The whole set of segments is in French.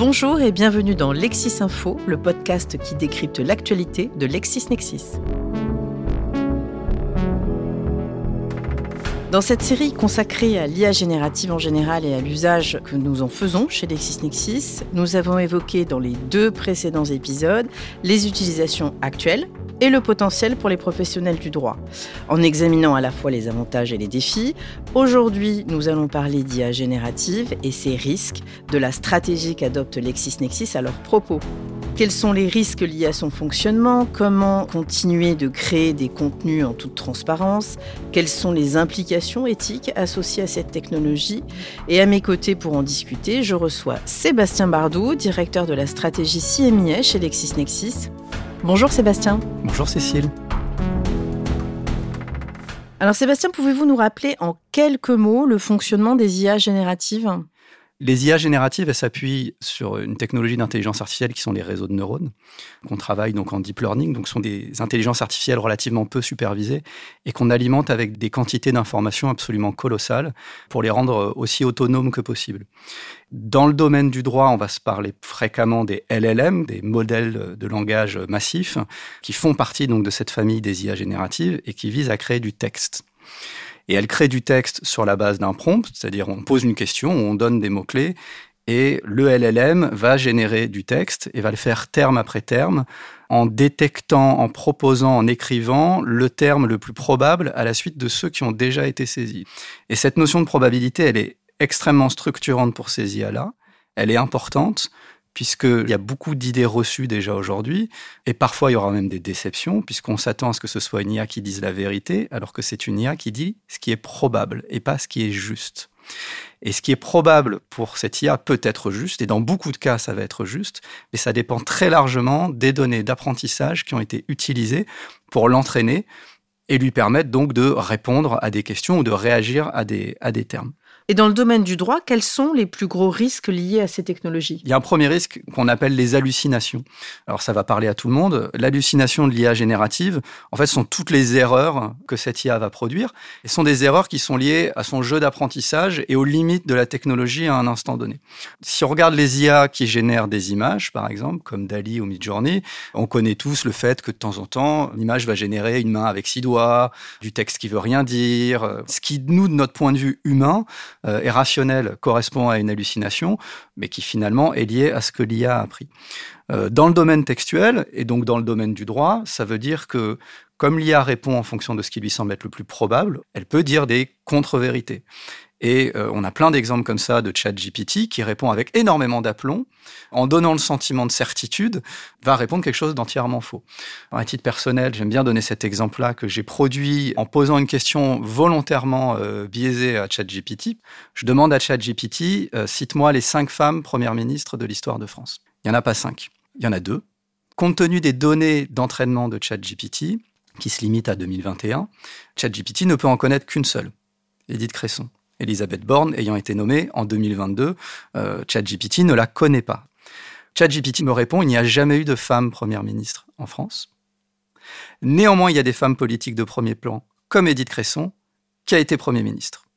Bonjour et bienvenue dans LexisInfo, le podcast qui décrypte l'actualité de LexisNexis. Dans cette série consacrée à l'IA générative en général et à l'usage que nous en faisons chez LexisNexis, nous avons évoqué dans les 2 précédents épisodes les utilisations actuelles et le potentiel pour les professionnels du droit. En examinant à la fois les avantages et les défis, aujourd'hui nous allons parler d'IA générative et ses risques, de la stratégie qu'adopte LexisNexis à leur propos. Quels sont les risques liés à son fonctionnement? Comment continuer de créer des contenus en toute transparence? Quelles sont les implications éthiques associées à cette technologie? Et à mes côtés pour en discuter, je reçois Sébastien Bardou, directeur de la stratégie CMIA chez LexisNexis. Bonjour Sébastien. Bonjour Cécile. Alors Sébastien, pouvez-vous nous rappeler en quelques mots le fonctionnement des IA génératives ? Les IA génératives, elles s'appuient sur une technologie d'intelligence artificielle qui sont les réseaux de neurones. On travaille donc en deep learning, donc ce sont des intelligences artificielles relativement peu supervisées et qu'on alimente avec des quantités d'informations absolument colossales pour les rendre aussi autonomes que possible. Dans le domaine du droit, on va se parler fréquemment des LLM, des modèles de langage massifs, qui font partie donc de cette famille des IA génératives et qui visent à créer du texte. Et elle crée du texte sur la base d'un prompt, c'est-à-dire on pose une question, on donne des mots-clés, et le LLM va générer du texte et va le faire terme après terme, en détectant, en proposant, en écrivant le terme le plus probable à la suite de ceux qui ont déjà été saisis. Et cette notion de probabilité, elle est extrêmement structurante pour ces IA-là, elle est importante, puisqu'il y a beaucoup d'idées reçues déjà aujourd'hui, et parfois il y aura même des déceptions, puisqu'on s'attend à ce que ce soit une IA qui dise la vérité, alors que c'est une IA qui dit ce qui est probable, et pas ce qui est juste. Et ce qui est probable pour cette IA peut être juste, et dans beaucoup de cas ça va être juste, mais ça dépend très largement des données d'apprentissage qui ont été utilisées pour l'entraîner, et lui permettre donc de répondre à des questions ou de réagir à des termes. Et dans le domaine du droit, quels sont les plus gros risques liés à ces technologies ? Il y a un premier risque qu'on appelle les hallucinations. Alors ça va parler à tout le monde. L'hallucination de l'IA générative, en fait, sont toutes les erreurs que cette IA va produire. Et ce sont des erreurs qui sont liées à son jeu d'apprentissage et aux limites de la technologie à un instant donné. Si on regarde les IA qui génèrent des images, par exemple, comme DALL-E ou Midjourney, on connaît tous le fait que de temps en temps, l'image va générer une main avec 6 doigts, du texte qui veut rien dire. Ce qui, nous, de notre point de vue humain, est rationnel, correspond à une hallucination, mais qui finalement est lié à ce que l'IA a appris. Dans le domaine textuel, et donc dans le domaine du droit, ça veut dire que comme l'IA répond en fonction de ce qui lui semble être le plus probable, elle peut dire des contre-vérités. Et on a plein d'exemples comme ça de ChatGPT qui répond avec énormément d'aplomb, en donnant le sentiment de certitude, va répondre quelque chose d'entièrement faux. Alors, à titre personnel, j'aime bien donner cet exemple-là que j'ai produit en posant une question volontairement biaisée à ChatGPT. Je demande à ChatGPT, cite-moi les 5 femmes premières ministres de l'histoire de France. Il n'y en a pas 5, il y en a 2. Compte tenu des données d'entraînement de ChatGPT, qui se limitent à 2021, ChatGPT ne peut en connaître qu'une seule, Édith Cresson. Elisabeth Borne ayant été nommée en 2022, ChatGPT ne la connaît pas. ChatGPT me répond, il n'y a jamais eu de femme première ministre en France. Néanmoins, il y a des femmes politiques de premier plan, comme Édith Cresson, qui a été Premier ministre.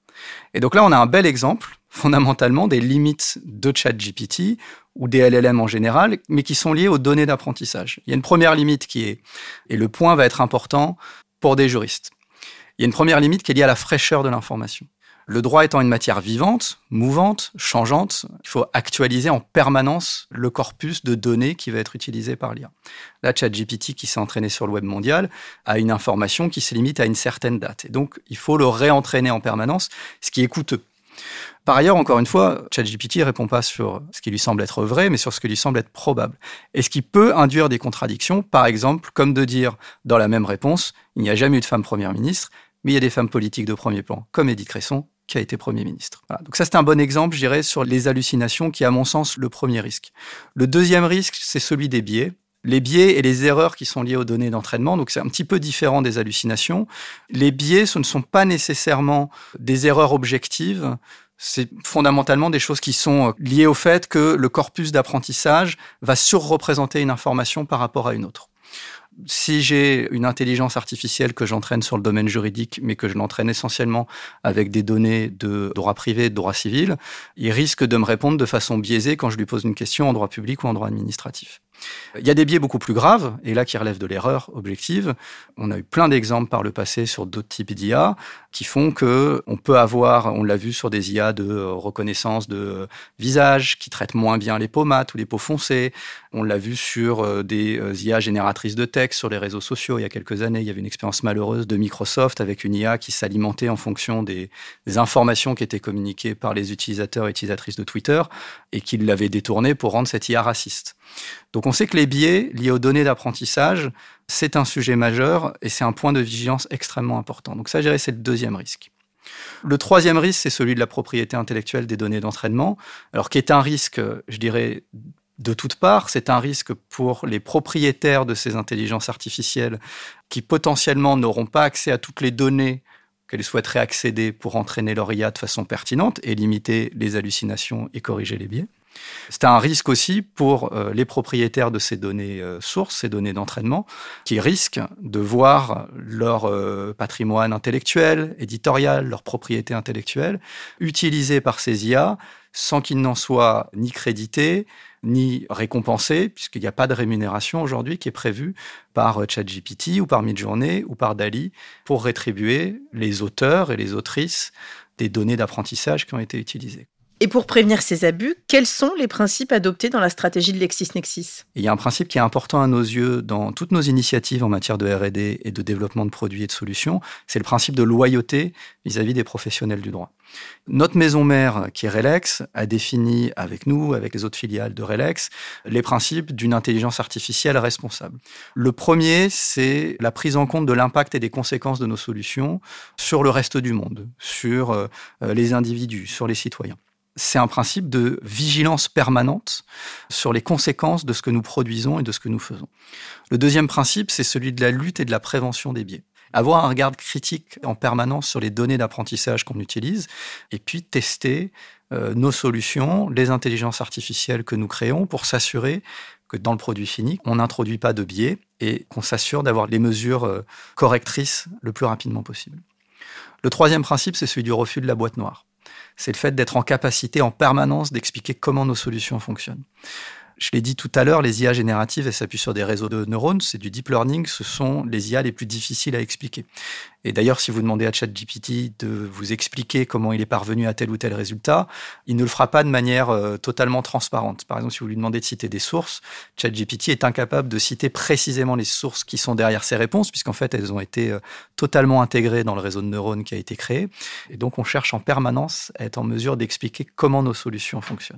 Et donc là, on a un bel exemple, fondamentalement, des limites de ChatGPT ou des LLM en général, mais qui sont liées aux données d'apprentissage. Il y a une première limite qui est, et le point va être important pour des juristes, il y a une première limite qui est liée à la fraîcheur de l'information. Le droit étant une matière vivante, mouvante, changeante, il faut actualiser en permanence le corpus de données qui va être utilisé par l'IA. Là, ChatGPT, qui s'est entraîné sur le web mondial, a une information qui se limite à une certaine date. Et donc, il faut le réentraîner en permanence, ce qui est coûteux. Par ailleurs, encore une fois, ChatGPT ne répond pas sur ce qui lui semble être vrai, mais sur ce qui lui semble être probable. Et ce qui peut induire des contradictions, par exemple, comme de dire dans la même réponse, il n'y a jamais eu de femme première ministre, mais il y a des femmes politiques de premier plan, comme Édith Cresson, qui a été Premier ministre. Voilà. Donc ça, c'est un bon exemple, je dirais, sur les hallucinations, qui est, à mon sens, le premier risque. Le deuxième risque, c'est celui des biais. Les biais et les erreurs qui sont liées aux données d'entraînement, donc c'est un petit peu différent des hallucinations. Les biais, ce ne sont pas nécessairement des erreurs objectives, c'est fondamentalement des choses qui sont liées au fait que le corpus d'apprentissage va surreprésenter une information par rapport à une autre. si j'ai une intelligence artificielle que j'entraîne sur le domaine juridique, mais que je l'entraîne essentiellement avec des données de droit privé et de droit civil, il risque de me répondre de façon biaisée quand je lui pose une question en droit public ou en droit administratif. Il y a des biais beaucoup plus graves, et là qui relèvent de l'erreur objective. On a eu plein d'exemples par le passé sur d'autres types d'IA qui font que on peut avoir, on l'a vu sur des IA de reconnaissance de visage qui traitent moins bien les peaux mates ou les peaux foncées. On l'a vu sur des IA génératrices de texte sur les réseaux sociaux. Il y a quelques années, il y avait une expérience malheureuse de Microsoft avec une IA qui s'alimentait en fonction des informations qui étaient communiquées par les utilisateurs et utilisatrices de Twitter et qui l'avaient détournée pour rendre cette IA raciste. Donc on sait que les biais liés aux données d'apprentissage, c'est un sujet majeur et c'est un point de vigilance extrêmement important. Donc ça, je dirais, c'est le deuxième risque. Le troisième risque, c'est celui de la propriété intellectuelle des données d'entraînement, alors qui est un risque, je dirais, de toutes parts. C'est un risque pour les propriétaires de ces intelligences artificielles qui potentiellement n'auront pas accès à toutes les données qu'elles souhaiteraient accéder pour entraîner leur IA de façon pertinente et limiter les hallucinations et corriger les biais. C'est un risque aussi pour les propriétaires de ces données sources, ces données d'entraînement, qui risquent de voir leur patrimoine intellectuel, éditorial, leur propriété intellectuelle, utilisée par ces IA sans qu'ils n'en soient ni crédités, ni récompensés, puisqu'il n'y a pas de rémunération aujourd'hui qui est prévue par ChatGPT ou par Midjourney ou par DALL-E pour rétribuer les auteurs et les autrices des données d'apprentissage qui ont été utilisées. Et pour prévenir ces abus, quels sont les principes adoptés dans la stratégie de LexisNexis ? Il y a un principe qui est important à nos yeux dans toutes nos initiatives en matière de R&D et de développement de produits et de solutions, c'est le principe de loyauté vis-à-vis des professionnels du droit. Notre maison mère, qui est RELX, a défini avec nous, avec les autres filiales de RELX, les principes d'une intelligence artificielle responsable. Le premier, c'est la prise en compte de l'impact et des conséquences de nos solutions sur le reste du monde, sur les individus, sur les citoyens. C'est un principe de vigilance permanente sur les conséquences de ce que nous produisons et de ce que nous faisons. Le deuxième principe, c'est celui de la lutte et de la prévention des biais. Avoir un regard critique en permanence sur les données d'apprentissage qu'on utilise et puis tester nos solutions, les intelligences artificielles que nous créons pour s'assurer que dans le produit fini, on n'introduit pas de biais et qu'on s'assure d'avoir les mesures correctrices le plus rapidement possible. Le troisième principe, c'est celui du refus de la boîte noire. C'est le fait d'être en capacité en permanence d'expliquer comment nos solutions fonctionnent. Je l'ai dit tout à l'heure, les IA génératives, elles s'appuient sur des réseaux de neurones, c'est du deep learning, ce sont les IA les plus difficiles à expliquer. Et d'ailleurs, si vous demandez à ChatGPT de vous expliquer comment il est parvenu à tel ou tel résultat, il ne le fera pas de manière totalement transparente. Par exemple, si vous lui demandez de citer des sources, ChatGPT est incapable de citer précisément les sources qui sont derrière ces réponses, puisqu'en fait, elles ont été totalement intégrées dans le réseau de neurones qui a été créé. Et donc, on cherche en permanence à être en mesure d'expliquer comment nos solutions fonctionnent.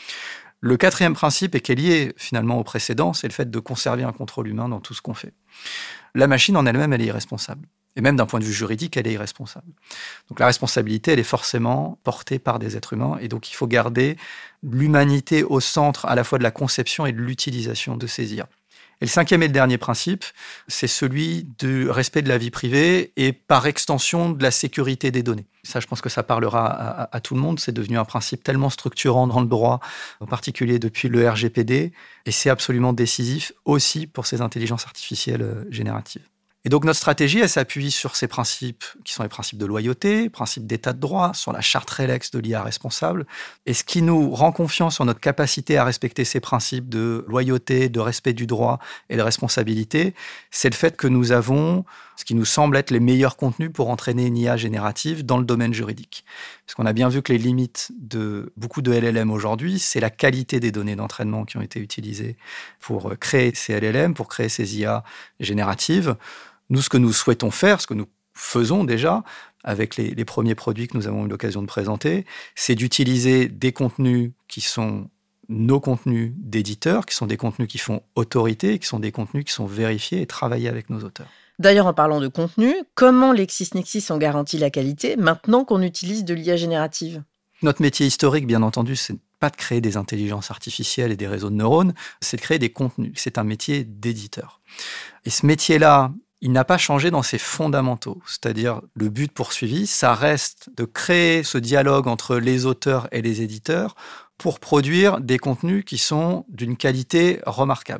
Le quatrième principe, et qui est lié finalement au précédent, c'est le fait de conserver un contrôle humain dans tout ce qu'on fait. La machine en elle-même, elle est irresponsable. Et même d'un point de vue juridique, elle est irresponsable. Donc la responsabilité, elle est forcément portée par des êtres humains. Et donc il faut garder l'humanité au centre à la fois de la conception et de l'utilisation de ces IA. Et le cinquième et le dernier principe, c'est celui du respect de la vie privée et par extension de la sécurité des données. Ça, je pense que ça parlera à tout le monde. C'est devenu un principe tellement structurant dans le droit, en particulier depuis le RGPD, et c'est absolument décisif aussi pour ces intelligences artificielles génératives. Et donc notre stratégie, elle s'appuie sur ces principes qui sont les principes de loyauté, principes d'état de droit, sur la charte RELX de l'IA responsable. Et ce qui nous rend confiance sur notre capacité à respecter ces principes de loyauté, de respect du droit et de responsabilité, c'est le fait que nous avons ce qui nous semble être les meilleurs contenus pour entraîner une IA générative dans le domaine juridique. Parce qu'on a bien vu que les limites de beaucoup de LLM aujourd'hui, c'est la qualité des données d'entraînement qui ont été utilisées pour créer ces LLM, pour créer ces IA génératives. Nous, ce que nous souhaitons faire, ce que nous faisons déjà avec les premiers produits que nous avons eu l'occasion de présenter, c'est d'utiliser des contenus qui sont nos contenus d'éditeurs, qui sont des contenus qui font autorité, qui sont des contenus qui sont vérifiés et travaillés avec nos auteurs. D'ailleurs, en parlant de contenu, comment LexisNexis en garantit la qualité maintenant qu'on utilise de l'IA générative ? Notre métier historique, bien entendu, c'est pas de créer des intelligences artificielles et des réseaux de neurones, c'est de créer des contenus. C'est un métier d'éditeur. Et ce métier-là, il n'a pas changé dans ses fondamentaux. C'est-à-dire, le but poursuivi, ça reste de créer ce dialogue entre les auteurs et les éditeurs pour produire des contenus qui sont d'une qualité remarquable.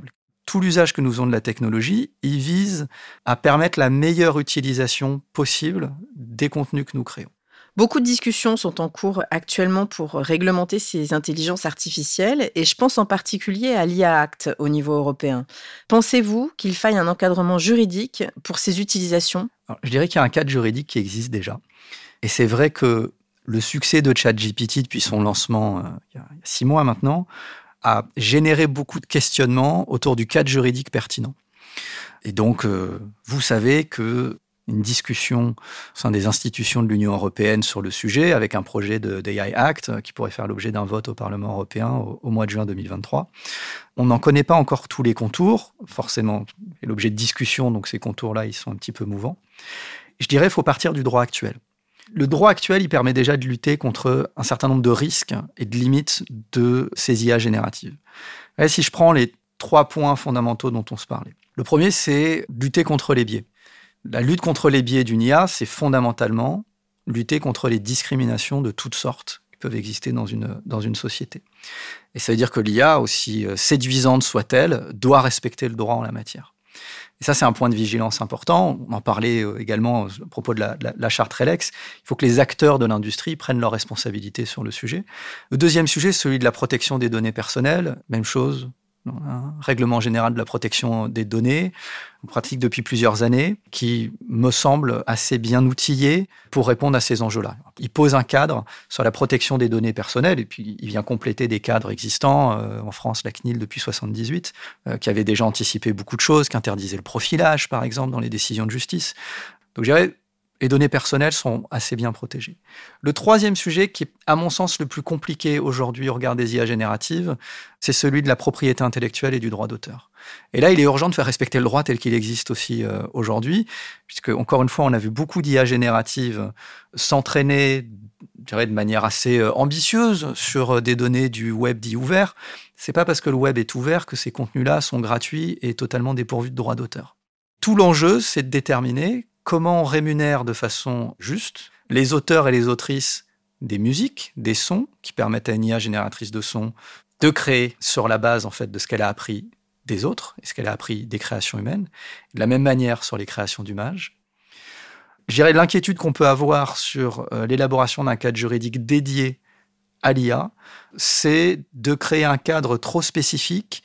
tout l'usage que nous faisons de la technologie, il vise à permettre la meilleure utilisation possible des contenus que nous créons. Beaucoup de discussions sont en cours actuellement pour réglementer ces intelligences artificielles et je pense en particulier à l'IA Act au niveau européen. Pensez-vous qu'il faille un encadrement juridique pour ces utilisations ? Alors, je dirais qu'il y a un cadre juridique qui existe déjà. Et c'est vrai que le succès de ChatGPT depuis son lancement il y a 6 mois maintenant a généré beaucoup de questionnements autour du cadre juridique pertinent. Et donc, vous savez que une discussion au sein des institutions de l'Union européenne sur le sujet, avec un projet d'AI Act qui pourrait faire l'objet d'un vote au Parlement européen au mois de juin 2023. On n'en connaît pas encore tous les contours, forcément, c'est l'objet de discussion, donc ces contours-là, ils sont un petit peu mouvants. Je dirais qu'il faut partir du droit actuel. Le droit actuel, il permet déjà de lutter contre un certain nombre de risques et de limites de ces IA génératives. Et si je prends les 3 points fondamentaux dont on se parlait. Le premier, c'est lutter contre les biais. La lutte contre les biais d'une IA, c'est fondamentalement lutter contre les discriminations de toutes sortes qui peuvent exister dans une société. Et ça veut dire que l'IA, aussi séduisante soit-elle, doit respecter le droit en la matière. Et ça, c'est un point de vigilance important. On en parlait également à propos de la charte RELEX. Il faut que les acteurs de l'industrie prennent leurs responsabilités sur le sujet. Le deuxième sujet, celui de la protection des données personnelles. Même chose. Un règlement général de la protection des données, on pratique depuis plusieurs années, qui me semble assez bien outillé pour répondre à ces enjeux-là. Il pose un cadre sur la protection des données personnelles, et puis il vient compléter des cadres existants, en France, la CNIL depuis 1978, qui avait déjà anticipé beaucoup de choses, qui interdisait le profilage, par exemple, dans les décisions de justice. Donc je dirais, les données personnelles sont assez bien protégées. Le troisième sujet, qui est à mon sens le plus compliqué aujourd'hui au regard des IA génératives, c'est celui de la propriété intellectuelle et du droit d'auteur. Et là, il est urgent de faire respecter le droit tel qu'il existe aussi aujourd'hui, puisque, encore une fois, on a vu beaucoup d'IA génératives s'entraîner, je dirais, de manière assez ambitieuse sur des données du web dit ouvert. C'est pas parce que le web est ouvert que ces contenus-là sont gratuits et totalement dépourvus de droit d'auteur. Tout l'enjeu, c'est de déterminer comment on rémunère de façon juste les auteurs et les autrices des musiques, des sons, qui permettent à une IA génératrice de sons de créer sur la base en fait, de ce qu'elle a appris des autres et ce qu'elle a appris des créations humaines. De la même manière sur les créations d'images. Je dirais l'inquiétude qu'on peut avoir sur l'élaboration d'un cadre juridique dédié à l'IA, c'est de créer un cadre trop spécifique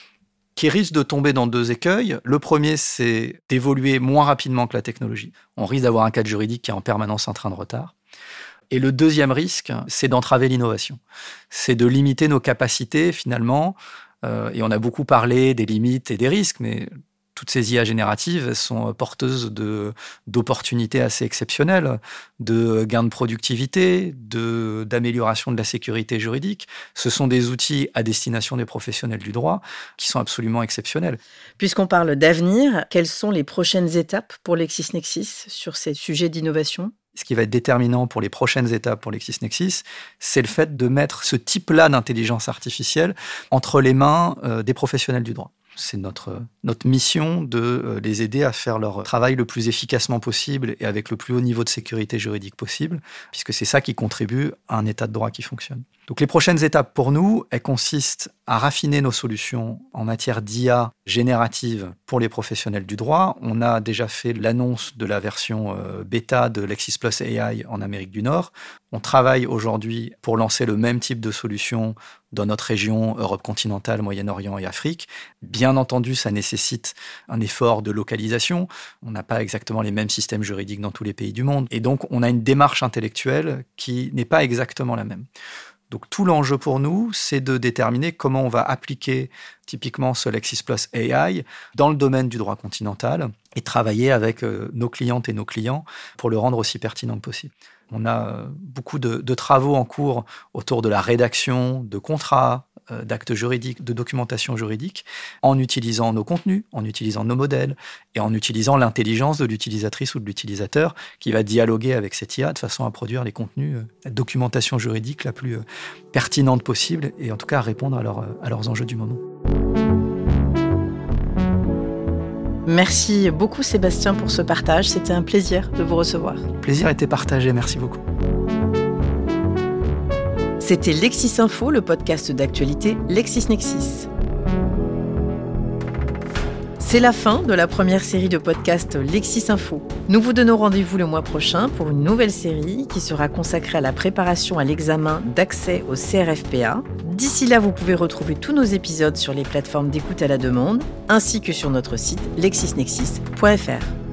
qui risque de tomber dans 2 écueils. Le premier, c'est d'évoluer moins rapidement que la technologie. On risque d'avoir un cadre juridique qui est en permanence en train de retard. Et le deuxième risque, c'est d'entraver l'innovation. C'est de limiter nos capacités, finalement. Et on a beaucoup parlé des limites et des risques, mais toutes ces IA génératives sont porteuses d'opportunités assez exceptionnelles, de gains de productivité, d'amélioration de la sécurité juridique. Ce sont des outils à destination des professionnels du droit qui sont absolument exceptionnels. Puisqu'on parle d'avenir, quelles sont les prochaines étapes pour LexisNexis sur ces sujets d'innovation ? Ce qui va être déterminant pour les prochaines étapes pour LexisNexis, c'est le fait de mettre ce type-là d'intelligence artificielle entre les mains des professionnels du droit. C'est notre mission de les aider à faire leur travail le plus efficacement possible et avec le plus haut niveau de sécurité juridique possible, puisque c'est ça qui contribue à un état de droit qui fonctionne. Donc les prochaines étapes pour nous, elles consistent à raffiner nos solutions en matière d'IA générative pour les professionnels du droit. On a déjà fait l'annonce de la version bêta de Lexis Plus AI en Amérique du Nord. On travaille aujourd'hui pour lancer le même type de solution dans notre région, Europe continentale, Moyen-Orient et Afrique. Bien entendu, ça nécessite un effort de localisation. On n'a pas exactement les mêmes systèmes juridiques dans tous les pays du monde. Et donc, on a une démarche intellectuelle qui n'est pas exactement la même. Donc, tout l'enjeu pour nous, c'est de déterminer comment on va appliquer typiquement ce Lexis Plus AI dans le domaine du droit continental et travailler avec nos clientes et nos clients pour le rendre aussi pertinent que possible. On a beaucoup de travaux en cours autour de la rédaction de contrats, d'actes juridiques, de documentation juridique, en utilisant nos contenus, en utilisant nos modèles et en utilisant l'intelligence de l'utilisatrice ou de l'utilisateur qui va dialoguer avec cette IA de façon à produire les contenus, la documentation juridique la plus pertinente possible et en tout cas à répondre à leurs enjeux du moment. Merci beaucoup Sébastien pour ce partage, c'était un plaisir de vous recevoir. Le plaisir était partagé, merci beaucoup. C'était Lexis Info, le podcast d'actualité LexisNexis. C'est la fin de la première série de podcasts LexisInfo. Nous vous donnons rendez-vous le mois prochain pour une nouvelle série qui sera consacrée à la préparation à l'examen d'accès au CRFPA. D'ici là, vous pouvez retrouver tous nos épisodes sur les plateformes d'écoute à la demande, ainsi que sur notre site lexisnexis.fr.